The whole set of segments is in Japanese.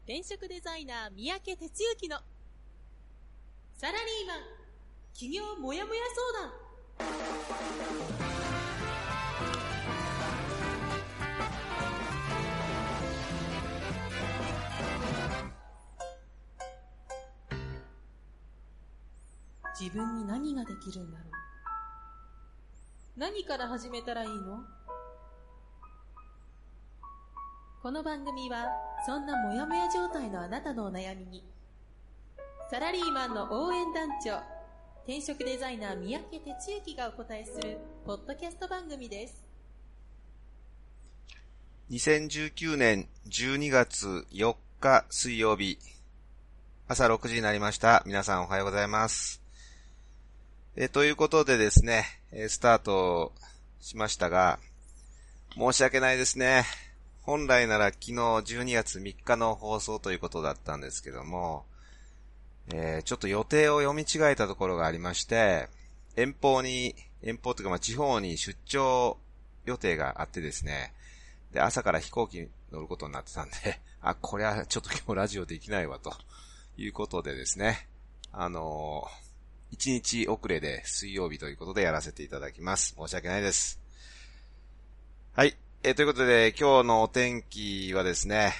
転職デザイナー三宅哲之のサラリーマン起業もやもや相談。自分に何ができるんだろう。何から始めたらいいの？この番組はそんなモヤモヤ状態のあなたのお悩みにサラリーマンの応援団長、転職デザイナー三宅哲之がお答えするポッドキャスト番組です。 2019年12月4日水曜日、朝6時になりました。皆さんおはようございます。ということでですね、スタートしましたが、申し訳ないですね。本来なら昨日12月3日の放送ということだったんですけども、ちょっと予定を読み違えたところがありまして、遠方というか地方に出張予定があってですね、で、朝から飛行機に乗ることになってたんで、これはちょっと今日ラジオできないわということでですね、1日遅れで水曜日ということでやらせていただきます。申し訳ないです。はい。ということで今日のお天気はですね、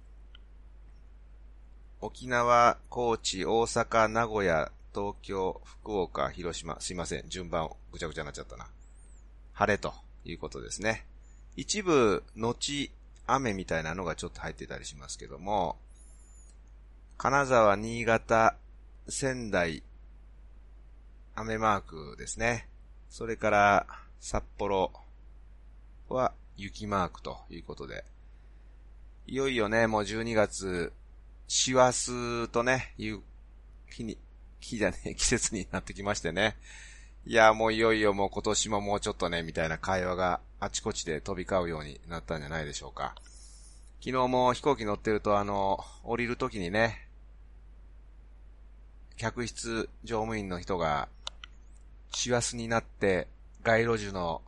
沖縄、高知、大阪、名古屋、東京、福岡、広島、すいません、順番ぐちゃぐちゃになっちゃったな。晴れということですね。一部、後、雨みたいなのがちょっと入ってたりしますけども、金沢、新潟、仙台、雨マークですね。それから、札幌は雪マークということで、いよいよね、もう12月、師走とね、いう季節になってきましてね。いや、もういよいよもう今年ももうちょっとね、みたいな会話があちこちで飛び交うようになったんじゃないでしょうか。昨日も飛行機乗ってると降りるときにね、客室乗務員の人が、師走になって街路樹の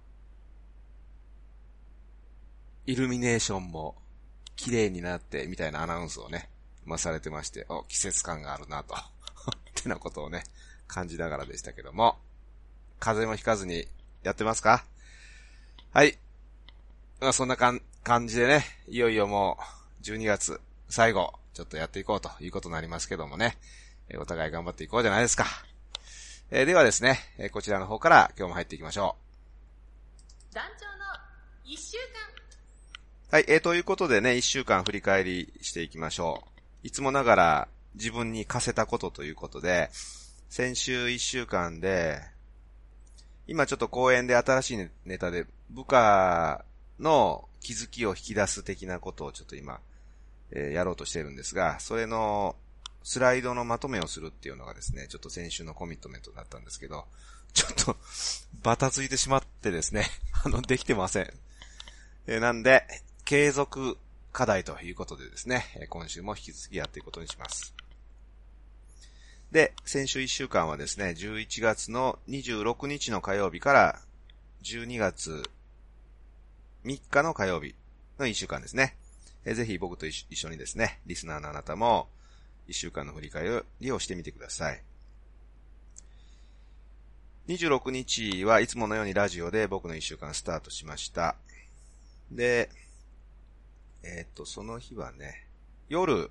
イルミネーションも綺麗になってみたいなアナウンスをね、されてまして、季節感があるなとってなことをね、感じながらでしたけども、風邪もひかずにやってますか？はい。そんな感じでね、いよいよもう12月最後、ちょっとやっていこうということになりますけどもね、お互い頑張っていこうじゃないですか。ではですね、こちらの方から今日も入っていきましょう。団長の1週間。はい、ということでね、1週間振り返りしていきましょう。いつもながら自分に課せたことということで、先週1週間で、今ちょっと講演で新しいネタで部下の気づきを引き出す的なことをちょっと今、やろうとしてるんですが、それのスライドのまとめをするっていうのがですね、ちょっと先週のコミットメントだったんですけど、ちょっとバタついてしまってですね、できてません。なんで、継続課題ということでですね、今週も引き続きやっていくことにします。で、先週1週間はですね、11月の26日の火曜日から12月3日の火曜日の1週間ですね。ぜひ僕と一緒にですね、リスナーのあなたも1週間の振り返りをしてみてください。26日はいつものようにラジオで僕の1週間スタートしました。で、その日はね、夜、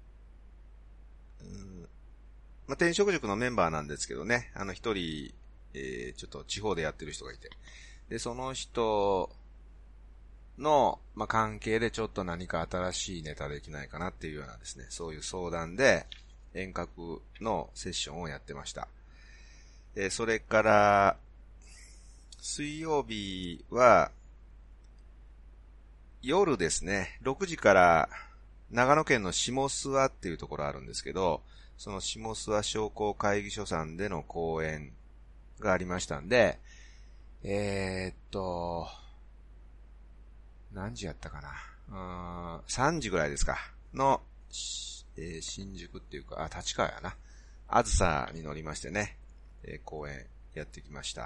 転職塾のメンバーなんですけどね、一人、ちょっと地方でやってる人がいて、で、その人の、関係でちょっと何か新しいネタできないかなっていうようなですね、そういう相談で遠隔のセッションをやってました。で、それから、水曜日は、夜ですね、6時から長野県の下諏訪っていうところあるんですけど、その下諏訪商工会議所さんでの講演がありましたんで、何時やったかな？3時ぐらいですかの、新宿っていうか、立川やな。あずさに乗りましてね、講演やってきました。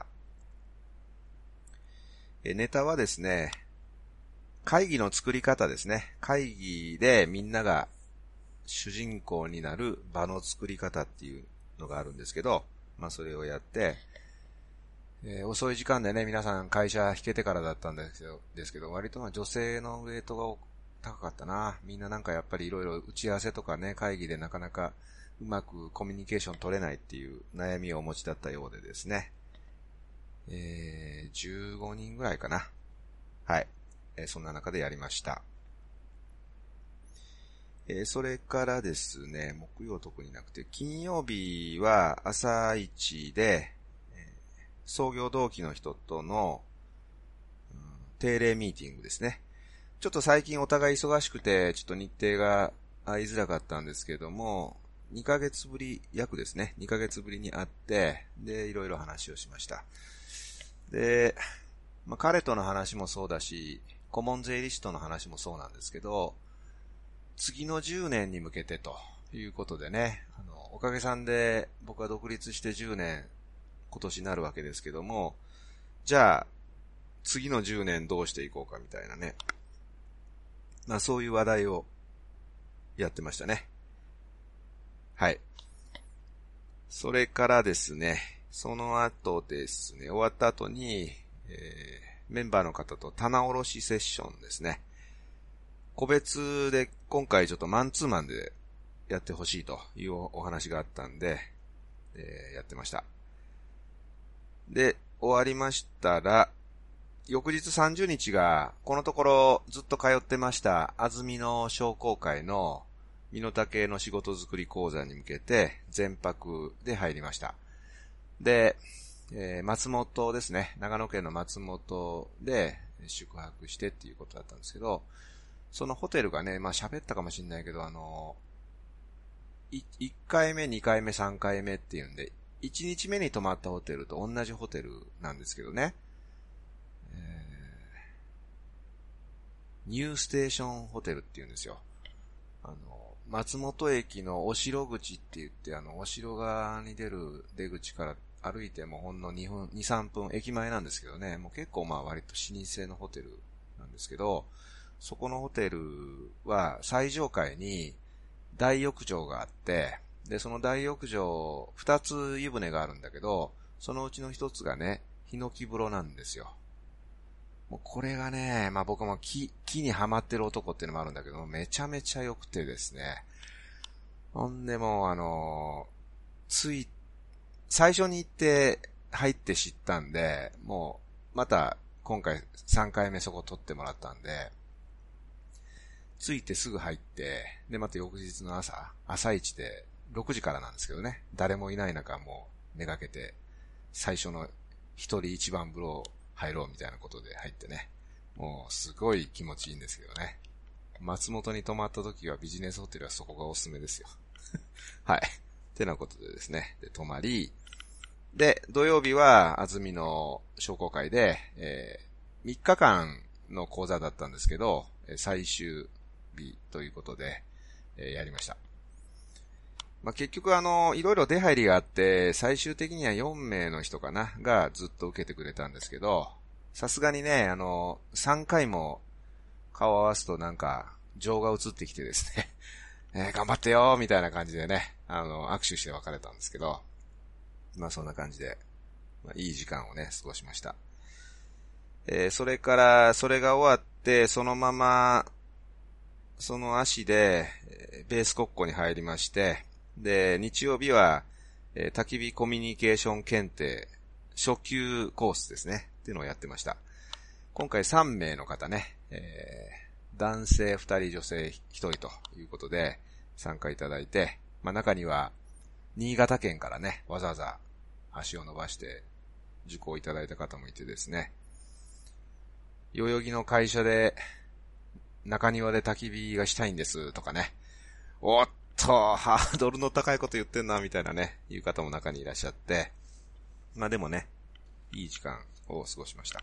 ネタはですね、会議の作り方ですね。会議でみんなが主人公になる場の作り方っていうのがあるんですけど、それをやって、遅い時間でね、皆さん会社引けてからだったんですけど、割と女性のウェイトが高かったな。みんななんかやっぱりいろいろ打ち合わせとかね、会議でなかなかうまくコミュニケーション取れないっていう悩みをお持ちだったようでですね。15人ぐらいかな。はい。そんな中でやりました。それからですね、木曜特になくて、金曜日は朝一で、創業同期の人との、定例ミーティングですね。ちょっと最近お互い忙しくて、ちょっと日程が合いづらかったんですけども、2ヶ月ぶり、約ですね、2ヶ月ぶりに会って、で、いろいろ話をしました。で、彼との話もそうだし、顧問税理士との話もそうなんですけど、次の10年に向けてということでね、おかげさんで僕は独立して10年、今年になるわけですけども、じゃあ、次の10年どうしていこうかみたいなね。そういう話題をやってましたね。はい。それからですね、その後ですね、終わった後に、メンバーの方と棚卸しセッションですね。個別で今回ちょっとマンツーマンでやってほしいというお話があったんで、やってました。で、終わりましたら、翌日30日が、このところずっと通ってました、安曇野商工会の身の丈の仕事作り講座に向けて、全泊で入りました。で、松本ですね、長野県の松本で宿泊してっていうことだったんですけど、そのホテルがね、喋ったかもしれないけど、1回目、2回目、3回目っていうんで、1日目に泊まったホテルと同じホテルなんですけどね。ニューステーションホテルっていうんですよ。松本駅のお城口って言って、お城側に出る出口から歩いてもほんの2分、2、3分駅前なんですけどね、もう結構割と老舗のホテルなんですけど、そこのホテルは最上階に大浴場があって、で、その大浴場、2つ湯船があるんだけど、そのうちの1つがね、ヒノキ風呂なんですよ。もうこれがね、僕も木にハマってる男っていうのもあるんだけど、めちゃめちゃ良くてですね。ほんでも最初に行って入って知ったんで、もう、また今回3回目そこ取ってもらったんで、着いてすぐ入って、で、また翌日の朝一で、6時からなんですけどね、誰もいない中もうめがけて、最初の一人一番風呂入ろうみたいなことで入ってね、もうすごい気持ちいいんですけどね。松本に泊まった時はビジネスホテルはそこがおすすめですよ。はい。ってなことでですね、で、泊まり、で、土曜日は安曇野商工会で、3日間の講座だったんですけど、最終日ということで、やりました。結局いろいろ出入りがあって、最終的には4名の人かな、がずっと受けてくれたんですけど、さすがにね、3回も顔を合わすとなんか、情が移ってきてですね、頑張ってよーみたいな感じでね、握手して別れたんですけど、そんな感じで、いい時間をね、過ごしました。それから、それが終わって、そのまま、その足で、ベース国庫に入りまして、で、日曜日は、焚き火コミュニケーション検定、初級コースですね。っていうのをやってました。今回3名の方ね、男性2人、女性1人ということで参加いただいて、中には、新潟県からね、わざわざ足を伸ばして受講いただいた方もいてですね、代々木の会社で中庭で焚き火がしたいんですとかね、おっと、ハードルの高いこと言ってんな、みたいなね、いう方も中にいらっしゃって、でもね、いい時間を過ごしました。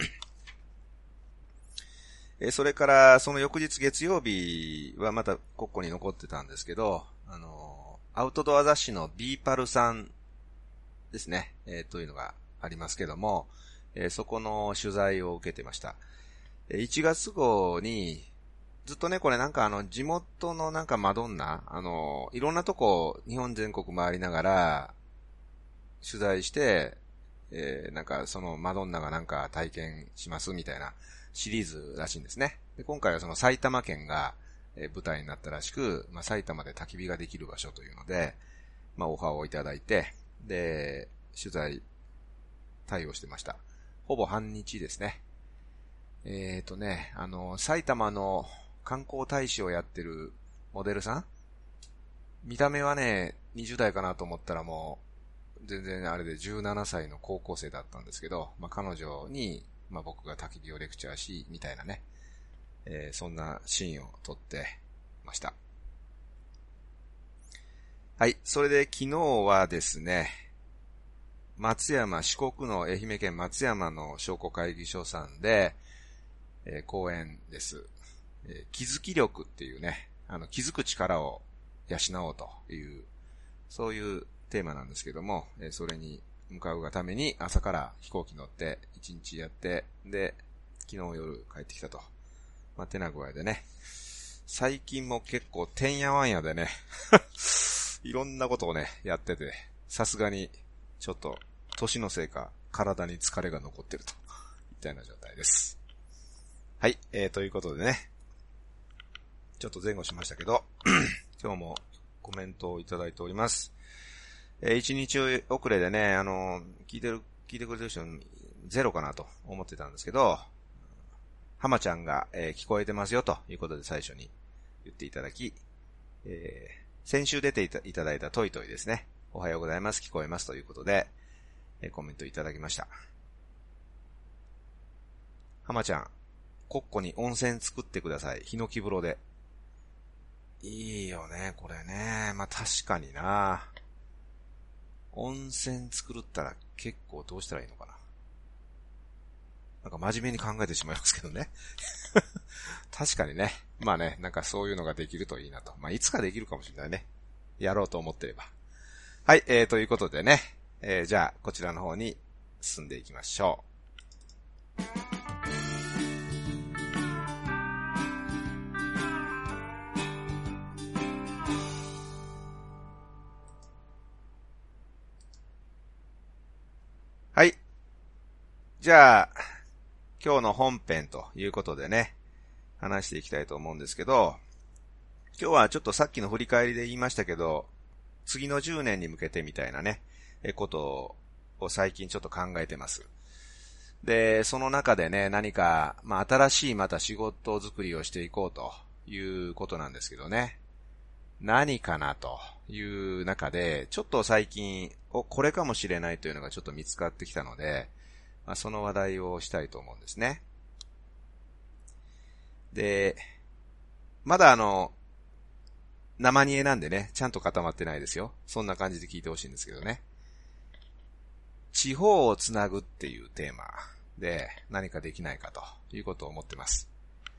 それから、その翌日月曜日はまた国庫に残ってたんですけど、アウトドア雑誌のビーパルさんですね、というのがありますけども、そこの取材を受けてました。1月号に、 ずっとね、これなんか地元のなんかマドンナ、いろんなとこ、日本全国回りながら、取材して、なんかそのマドンナがなんか体験しますみたいなシリーズらしいんですね。で、今回はその埼玉県が、舞台になったらしく、まあ、埼玉で焚き火ができる場所というので、まあ、オファーをいただいて、で、取材、対応してました。ほぼ半日ですね。埼玉の観光大使をやってるモデルさん？見た目はね、20代かなと思ったらもう、全然あれで17歳の高校生だったんですけど、まあ、彼女に、まあ、僕が焚き火をレクチャーし、みたいなね、そんなシーンを撮ってました。はい。それで昨日はですね、四国の愛媛県松山の商工会議所さんで、講演です。気づき力っていうね、気づく力を養おうという、そういうテーマなんですけども、それに向かうがために朝から飛行機乗って1日やって、で、昨日夜帰ってきたと。まあ、手な具合でね。最近も結構てんやわんやでね、いろんなことをね、やってて、さすがにちょっと年のせいか体に疲れが残ってるといったような状態です。はい、ということでね、ちょっと前後しましたけど、今日もコメントをいただいております。1日遅れでね、聞いてくれてる人ゼロかなと思ってたんですけど、浜ちゃんが、聞こえてますよということで最初に言っていただき、先週出ていただいたトイトイですね。おはようございます、聞こえますということで、コメントいただきました。浜ちゃん、コッコに温泉作ってください。ヒノキ風呂で。いいよね、これね。まあ、確かにな。温泉作るったら結構どうしたらいいのかな。なんか真面目に考えてしまいますけどね。確かにね。まあね、なんかそういうのができるといいなと。まあ、いつかできるかもしれないね。やろうと思ってれば。はい、ということでね。じゃあ、こちらの方に進んでいきましょう。はい。じゃあ、今日の本編ということでね、話していきたいと思うんですけど、今日はちょっとさっきの振り返りで言いましたけど、次の10年に向けてみたいなね、ことを最近ちょっと考えてます。で、その中でね、何か、まあ、新しいまた仕事作りをしていこうということなんですけどね。何かなという中で、ちょっと最近、これかもしれないというのがちょっと見つかってきたので、まあ、その話題をしたいと思うんですね。で、まだ生煮えなんでね、ちゃんと固まってないですよ。そんな感じで聞いてほしいんですけどね。地方をつなぐっていうテーマで何かできないかということを思ってます。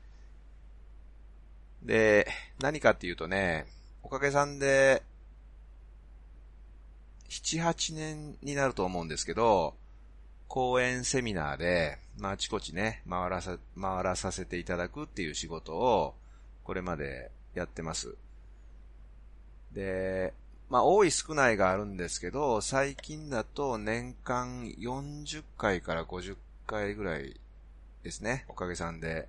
で、何かっていうとね、おかげさんで、7、8年になると思うんですけど、講演セミナーで、まあ、あちこちね、回らさせていただくっていう仕事を、これまでやってます。で、まあ、多い少ないがあるんですけど、最近だと年間40回から50回ぐらいですね、おかげさんで。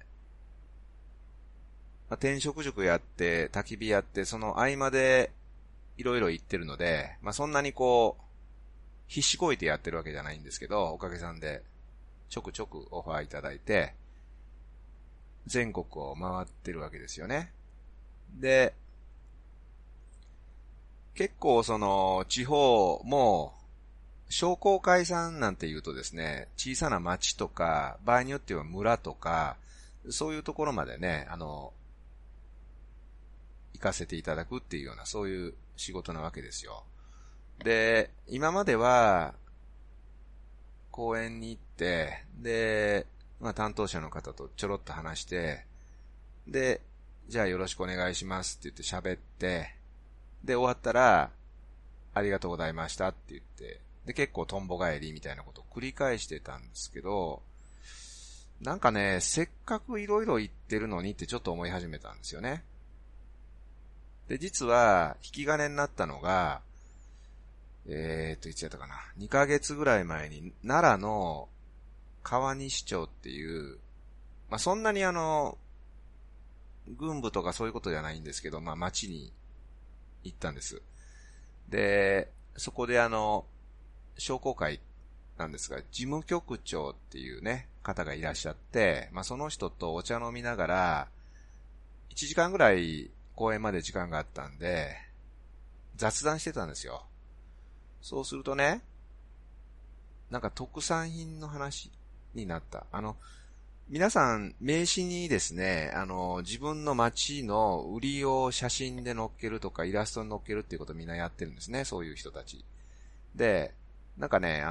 まあ、転職塾やって、焚き火やって、その合間でいろいろ行ってるので、まあ、そんなにこう、必死こいてやってるわけじゃないんですけど、おかげさんでちょくちょくオファーいただいて、全国を回ってるわけですよね。で、結構その地方も商工会さんなんて言うとですね、小さな町とか、場合によっては村とか、そういうところまでね、行かせていただくっていうような、そういう仕事なわけですよ。で、今までは、公園に行って、で、まあ担当者の方とちょろっと話して、で、じゃあよろしくお願いしますって言って喋って、で、終わったら、ありがとうございましたって言って、で、結構とんぼ返りみたいなことを繰り返してたんですけど、 なんかね、せっかくいろいろ言ってるのにってちょっと思い始めたんですよね。で、実は、引き金になったのが、いつやったかな。2ヶ月ぐらい前に、奈良の川西町っていう、まあ、そんなに軍部とかそういうことじゃないんですけど、まあ、町に行ったんです。で、そこで商工会なんですが、事務局長っていうね、方がいらっしゃって、まあ、その人とお茶飲みながら、1時間ぐらい公演まで時間があったんで、雑談してたんですよ。そうするとね、なんか特産品の話になった。皆さん、名刺にですね、自分の街の売りを写真で載っけるとか、イラストに載っけるっていうことをみんなやってるんですね、そういう人たち。で、なんかね、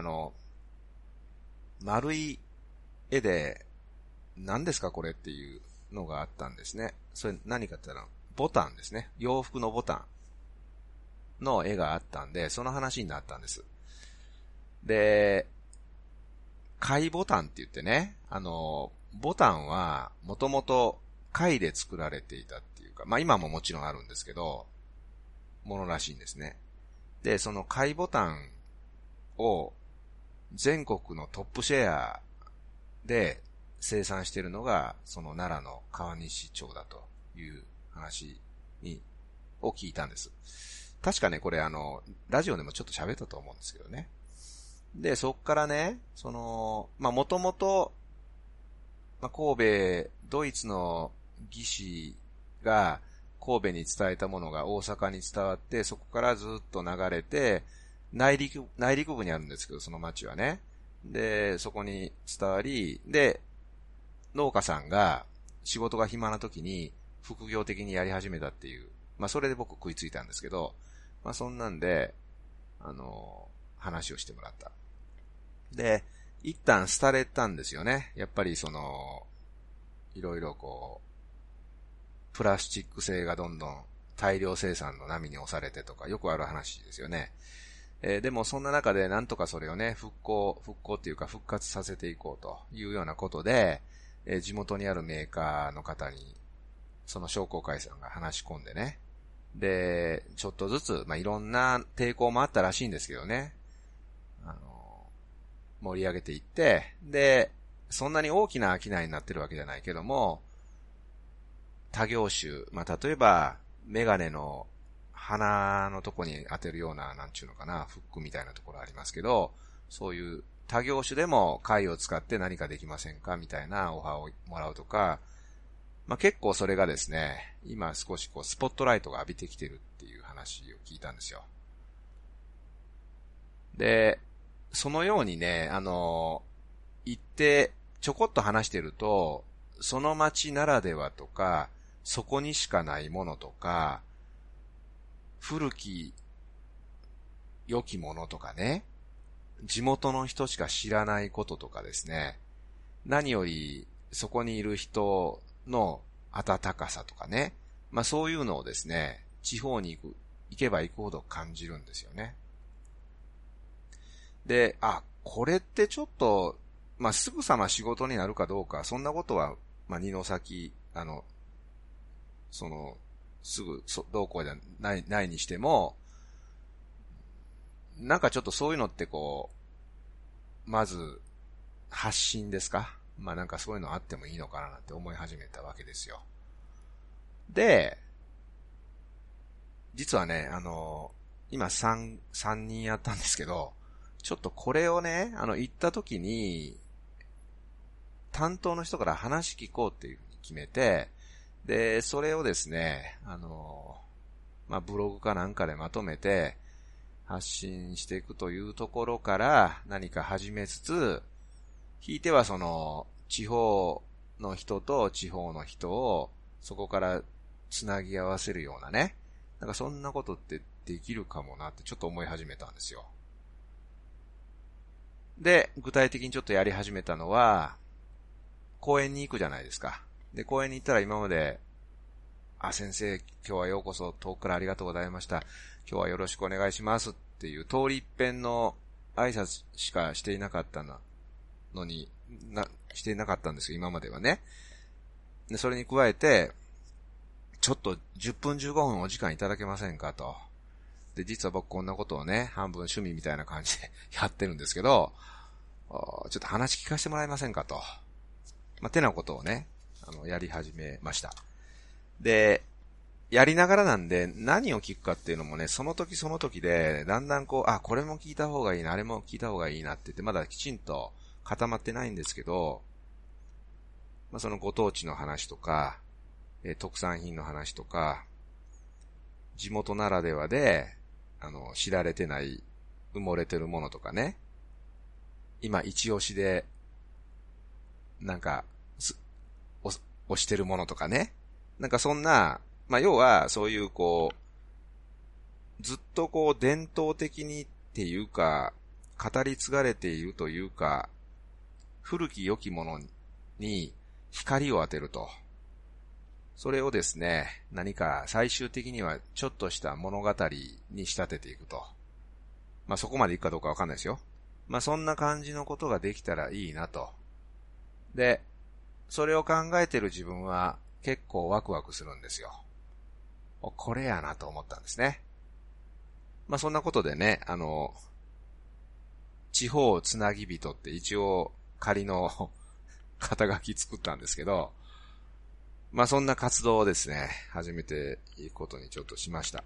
丸い絵で、何ですかこれっていうのがあったんですね。それ何かって言ったら、ボタンですね。洋服のボタンの絵があったんで、その話になったんです。で、貝ボタンって言ってね、ボタンはもともと貝で作られていたっていうか、まあ今ももちろんあるんですけど、ものらしいんですね。で、その貝ボタンを全国のトップシェアで生産しているのが、その奈良の川西町だという話を聞いたんです。確かね、これラジオでもちょっと喋ったと思うんですけどね。で、そっからね、まあ、もともと、まあ、神戸、ドイツの技師が神戸に伝えたものが大阪に伝わって、そこからずっと流れて、内陸部にあるんですけど、その町はね。で、そこに伝わり、で、農家さんが仕事が暇な時に副業的にやり始めたっていう、まあ、それで僕食いついたんですけど、まあ、そんなんで、話をしてもらった。で、一旦廃れたんですよね。やっぱりいろいろプラスチック製がどんどん大量生産の波に押されてとか、よくある話ですよね。でもそんな中でなんとかそれをね、復興っていうか復活させていこうというようなことで、地元にあるメーカーの方に、その商工会さんが話し込んでね。で、ちょっとずつ、まあ、いろんな抵抗もあったらしいんですけどね。盛り上げていって、で、そんなに大きな商いになってるわけじゃないけども、他業種、まあ、例えば、メガネの鼻のとこに当てるような、なんちゅうのかな、フックみたいなところありますけど、そういう他業種でも貝を使って何かできませんかみたいなオファーをもらうとか、まあ、結構それがですね、今少しスポットライトが浴びてきてるっていう話を聞いたんですよ。で、そのようにね、行ってちょこっと話してると、その町ならではとか、そこにしかないものとか、古き良きものとかね、地元の人しか知らないこととかですね、何よりそこにいる人の温かさとかね、まあそういうのをですね、地方に行けば行くほど感じるんですよね。で、これってちょっと、まあ、すぐさま仕事になるかどうか、そんなことは、まあ、二の先、すぐ、どうこうじゃないにしても、なんかちょっとそういうのってまず、発信ですか？まあ、なんかそういうのあってもいいのかななんて思い始めたわけですよ。で、実はね、今3人やったんですけど、ちょっとこれをね、行った時に、担当の人から話聞こうっていうふうに決めて、で、それをですね、まあ、ブログかなんかでまとめて、発信していくというところから何か始めつつ、ひいては地方の人と地方の人を、そこからつなぎ合わせるようなね、なんかそんなことってできるかもなってちょっと思い始めたんですよ。で、具体的にちょっとやり始めたのは、公園に行くじゃないですか。で、公園に行ったら今まで、先生、今日はようこそ遠くからありがとうございました。今日はよろしくお願いしますっていう通り一遍の挨拶しかしていなかったのに、 してなかったんですよ、今まではね。で、それに加えて、ちょっと10分15分お時間いただけませんかと。で、実は僕こんなことをね、半分趣味みたいな感じでやってるんですけど、ちょっと話聞かせてもらえませんかと。てなことをね、やり始めました。で、やりながらなんで何を聞くかっていうのもね、その時その時で、だんだんこれも聞いた方がいいな、あれも聞いた方がいいなって言って、まだきちんと固まってないんですけど、そのご当地の話とか、特産品の話とか、地元ならではで、知られてない、埋もれてるものとかね、今一押しで、押してるものとかね、そんな、要はそういうずっと伝統的にっていうか、語り継がれているというか、古き良きものに光を当てると。それをですね、何か最終的にはちょっとした物語に仕立てていくと。そこまでいくかどうかわかんないですよ。そんな感じのことができたらいいなと。で、それを考えてる自分は結構ワクワクするんですよ。これやなと思ったんですね。そんなことでね、地方つなぎ人って一応仮の肩書き作ったんですけど、そんな活動をですね、始めていくことにちょっとしました。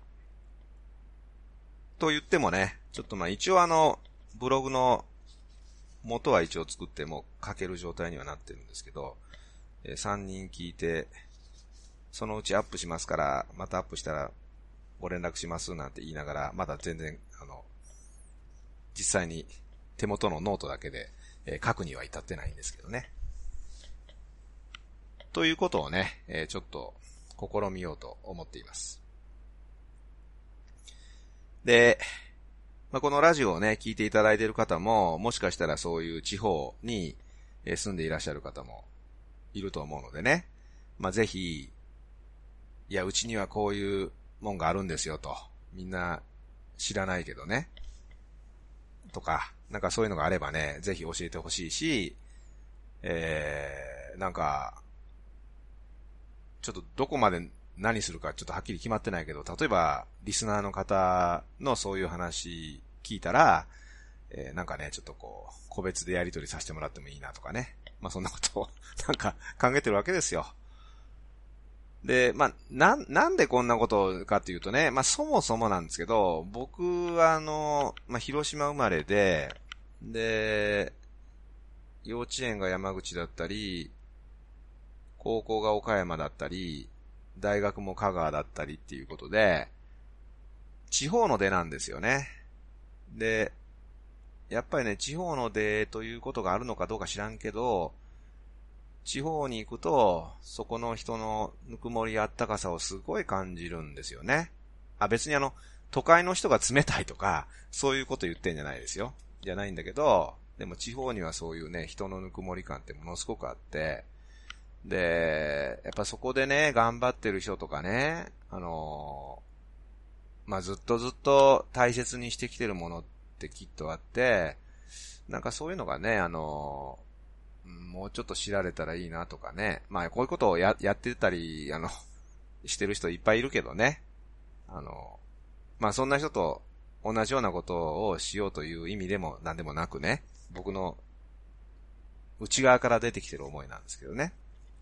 と言ってもね、ちょっと一応ブログの元は一応作っても書ける状態にはなってるんですけど、3人聞いて、そのうちアップしますから、またアップしたらご連絡しますなんて言いながら、まだ全然、実際に手元のノートだけで、書くには至ってないんですけどね。ということをね、ちょっと試みようと思っています。で、このラジオをね、聞いていただいている方も、もしかしたらそういう地方に住んでいらっしゃる方もいると思うのでね、ぜひ、いや、うちにはこういうもんがあるんですよと、みんな知らないけどね、とか、そういうのがあればね、ぜひ教えてほしいし、ちょっとどこまで何するかちょっとはっきり決まってないけど、例えば、リスナーの方のそういう話聞いたら、ちょっと個別でやり取りさせてもらってもいいなとかね。そんなことを、考えてるわけですよ。で、なんでこんなことかっていうとね、そもそもなんですけど、僕は広島生まれで、幼稚園が山口だったり、高校が岡山だったり、大学も香川だったりっていうことで、地方の出なんですよね。で、やっぱりね、地方の出ということがあるのかどうか知らんけど、地方に行くと、そこの人のぬくもりあったかさをすごい感じるんですよね。別に都会の人が冷たいとか、そういうこと言ってんじゃないですよ。じゃないんだけど、でも地方にはそういうね、人のぬくもり感ってものすごくあって、で、やっぱそこでね、頑張ってる人とかね、ずっと大切にしてきてるものってきっとあって、そういうのがね、もうちょっと知られたらいいなとかね、こういうことをやってたり、してる人いっぱいいるけどね、そんな人と同じようなことをしようという意味でも何でもなくね、僕の内側から出てきてる思いなんですけどね。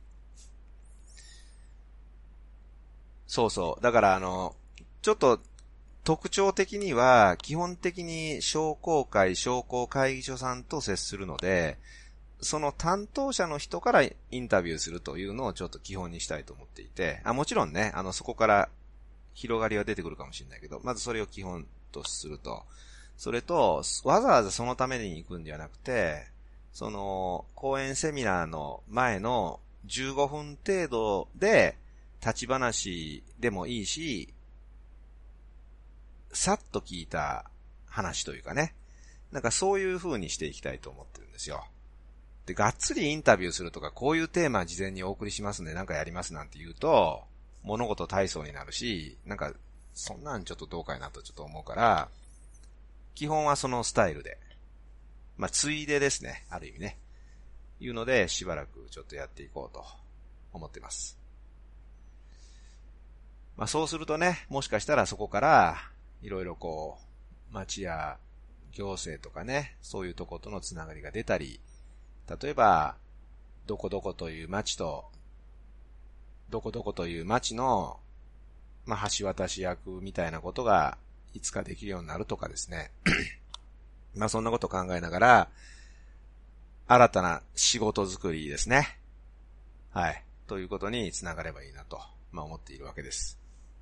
そうそう。だからちょっと特徴的には、基本的に商工会、商工会議所さんと接するので、その担当者の人からインタビューするというのをちょっと基本にしたいと思っていて、もちろんね、そこから広がりは出てくるかもしれないけど、まずそれを基本とすると。それと、わざわざそのために行くんじゃなくて、その、講演セミナーの前の15分程度で、立ち話でもいいし、さっと聞いた話というかね。そういう風にしていきたいと思ってるんですよ。で、がっつりインタビューするとか、こういうテーマ事前にお送りしますんで、やりますなんて言うと、物事体操になるし、そんなんちょっとどうかいなとちょっと思うから、基本はそのスタイルで。ついでですね、ある意味ね。 いうので、しばらくちょっとやっていこうと思っています。まあそうするとね、もしかしたらそこから、いろいろこう、町や行政とかね、そういうとことのつながりが出たり、例えば、どこどこという町と、どこどこという町の、まあ橋渡し役みたいなことが、いつかできるようになるとかですね。まあそんなことを考えながら、新たな仕事作りですね。はい。ということにつながればいいなと、まあ思っているわけです。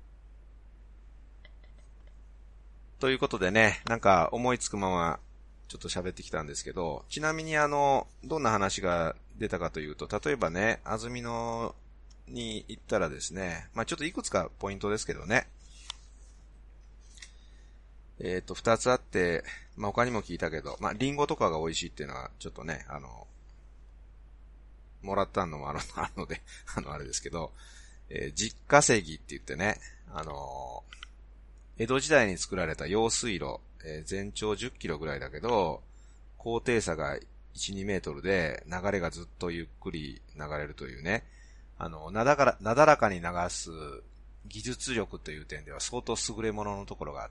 ということでね、なんか思いつくままちょっと喋ってきたんですけど、ちなみにどんな話が出たかというと、例えばね、安曇野に行ったらですね、まあちょっといくつかポイントですけどね、二つあって、まあ、他にも聞いたけど、まあ、リンゴとかが美味しいっていうのは、ちょっとね、もらったのもあるので、あれですけど、実家石って言ってね、江戸時代に作られた用水路、全長10キロぐらいだけど、高低差が1、2メートルで、流れがずっとゆっくり流れるというね、なだらかに流す技術力という点では相当優れもののところがあって、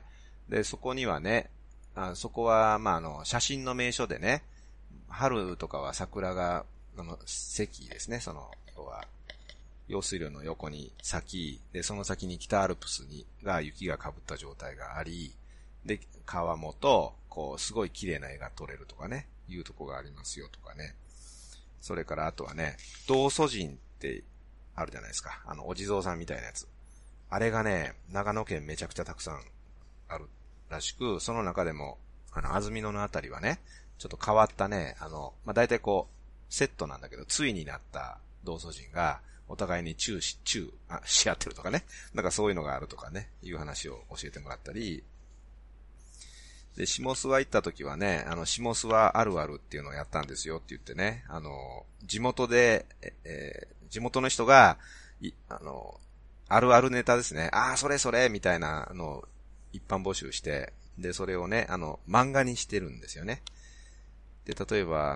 で、そこにはね、そこは、まあ、写真の名所でね、春とかは桜が、堰ですね、要は、用水路の横に咲き、で、その先に北アルプスが雪が被った状態があり、で、川面と、こう、すごい綺麗な絵が撮れるとかね、いうとこがありますよとかね。それからあとはね、道祖神ってあるじゃないですか。お地蔵さんみたいなやつ。あれがね、長野県めちゃくちゃたくさんあるらしく、その中でも、安曇野のあたりはね、ちょっと変わったね、まあ、大体こう、セットなんだけど、対になった道祖神が、お互いにし合ってるとかね。なんかそういうのがあるとかね、いう話を教えてもらったり、で、下諏訪行った時はね、下諏訪あるあるっていうのをやったんですよって言ってね、地元で、地元の人が、あるあるネタですね。ああ、それそれみたいなのを一般募集して、で、それをね、漫画にしてるんですよね。で、例えば、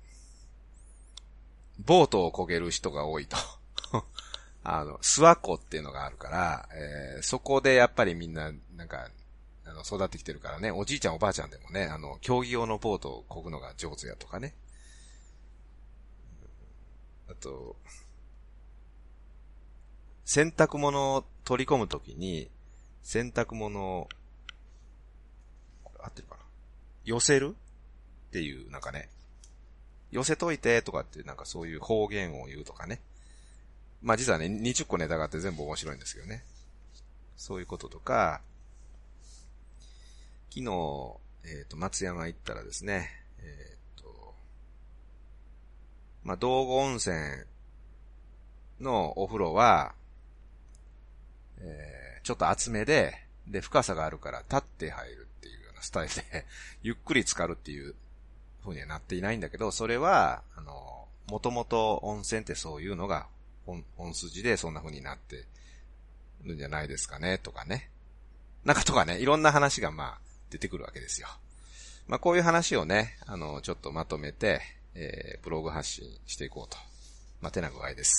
ボートを漕げる人が多いと。諏訪湖っていうのがあるから、そこでやっぱりみんな、なんか、育ってきてるからね、おじいちゃんおばあちゃんでもね、競技用のボートを漕ぐのが上手やとかね。あと、洗濯物を取り込むときに、洗濯物を、これ合ってるかな？寄せるっていう、なんかね、寄せといてとかってなんかそういう方言を言うとかね。まあ実はね、20個ネタがあって全部面白いんですけどね。そういうこととか、昨日、松山行ったらですね、まあ道後温泉のお風呂は、ちょっと厚めで、深さがあるから立って入るっていうようなスタイルで、ゆっくり浸かるっていう風にはなっていないんだけど、それは、もともと温泉ってそういうのが本筋でそんな風になってるんじゃないですかね、とかね。なんかとかね、いろんな話がまあ出てくるわけですよ。まあこういう話をね、ちょっとまとめて、ブログ発信していこうと。まあ手な具合です。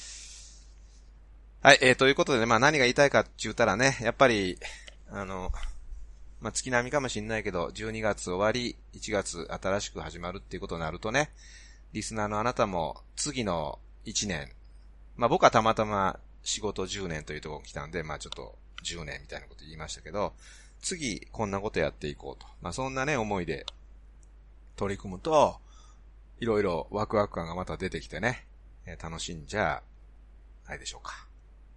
はい、ということでね、まあ何が言いたいかって言ったらね、やっぱり、まあ月並みかもしんないけど、12月終わり、1月新しく始まるっていうことになるとね、リスナーのあなたも次の1年、まあ僕はたまたま仕事10年というところに来たんで、まあちょっと10年みたいなこと言いましたけど、次こんなことやっていこうと。まあそんなね、思いで取り組むと、いろいろワクワク感がまた出てきてね、楽しんじゃないでしょうか。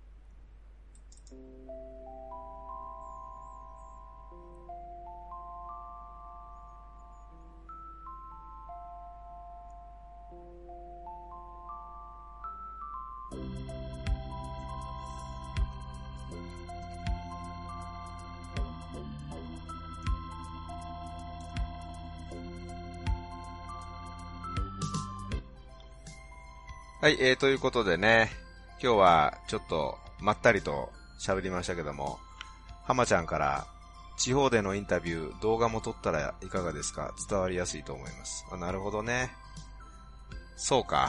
はい、ということでね、今日はちょっとまったりと喋りましたけども、浜ちゃんから地方でのインタビュー、動画も撮ったらいかがですか？伝わりやすいと思います。なるほどね。 そうか。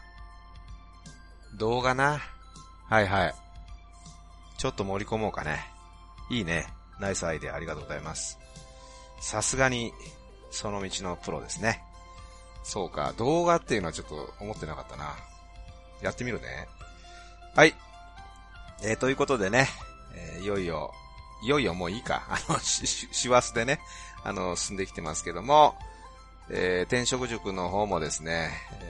動画な。はいはい。ちょっと盛り込もうかね。いいね。ナイスアイデアありがとうございます。さすがに、その道のプロですね。そうか。動画っていうのはちょっと思ってなかったな。やってみるね。はい。ということでね、いよいよもういいか。師走でね、進んできてますけども、転職塾の方もですね、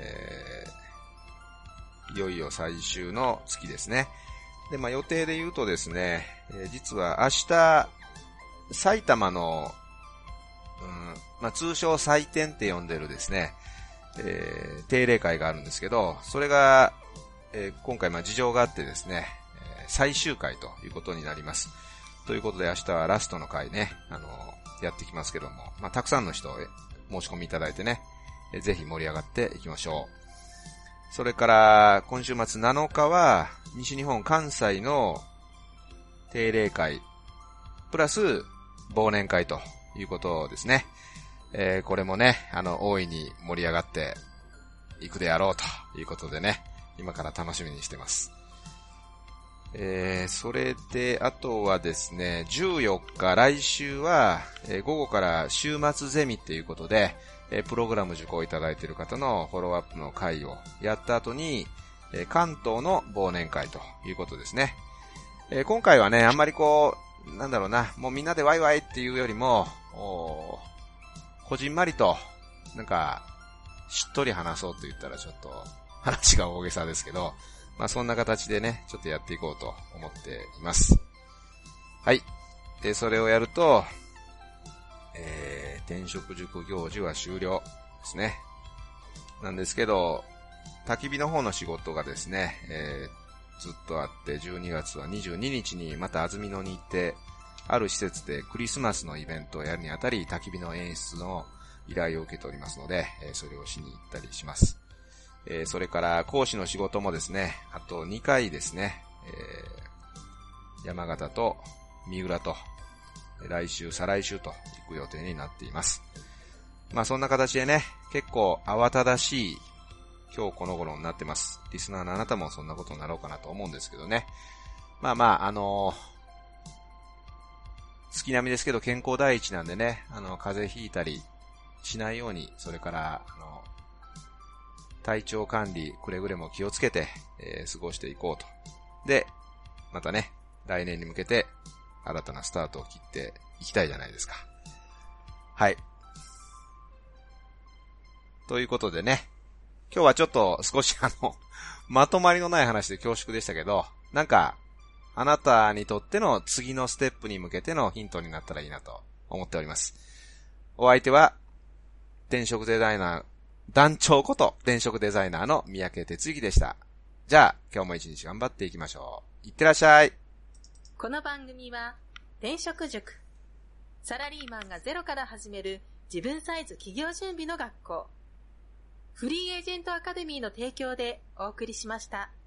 いよいよ最終の月ですね。で、予定で言うとですね、実は明日、埼玉の、通称祭典って呼んでるですね、定例会があるんですけど、それが、今回事情があってですね、最終回ということになります。ということで明日はラストの回ね、やってきますけども、たくさんの人申し込みいただいてね、ぜひ盛り上がっていきましょう。それから今週末7日は西日本関西の定例会プラス忘年会ということですね。これもね、大いに盛り上がっていくであろうということでね、今から楽しみにしてます。それで、あとはですね、14日、来週は、午後から週末ゼミっていうことで、プログラム受講いただいている方のフォローアップの会をやった後に、関東の忘年会ということですね。今回はね、あんまりもうみんなでワイワイっていうよりも、こじんまりと、しっとり話そうと言ったらちょっと、話が大げさですけど、そんな形でね、ちょっとやっていこうと思っています。はい。で、それをやると、転職塾行事は終了ですね。なんですけど、焚き火の方の仕事がですね、ずっとあって、12月は22日にまた安曇野に行って、ある施設でクリスマスのイベントをやるにあたり、焚き火の演出の依頼を受けておりますので、それをしに行ったりします。それから講師の仕事もですね、あと2回ですね、山形と三浦と、来週、再来週と行く予定になっています。そんな形でね、結構慌ただしい今日この頃になってます。リスナーのあなたもそんなことになろうかなと思うんですけどね。月並みですけど健康第一なんでね、風邪ひいたりしないように、それから、体調管理、くれぐれも気をつけて、過ごしていこうと。で、またね、来年に向けて、新たなスタートを切っていきたいじゃないですか。はい。ということでね、今日はちょっと少しまとまりのない話で恐縮でしたけど、あなたにとっての次のステップに向けてのヒントになったらいいなと思っております。お相手は、転職デザイナー、団長こと転職デザイナーの三宅哲之でした。じゃあ今日も一日頑張っていきましょう。いってらっしゃい。 この番組は転職塾、サラリーマンがゼロから始める自分サイズ企業準備の学校、フリーエージェントアカデミーの提供でお送りしました。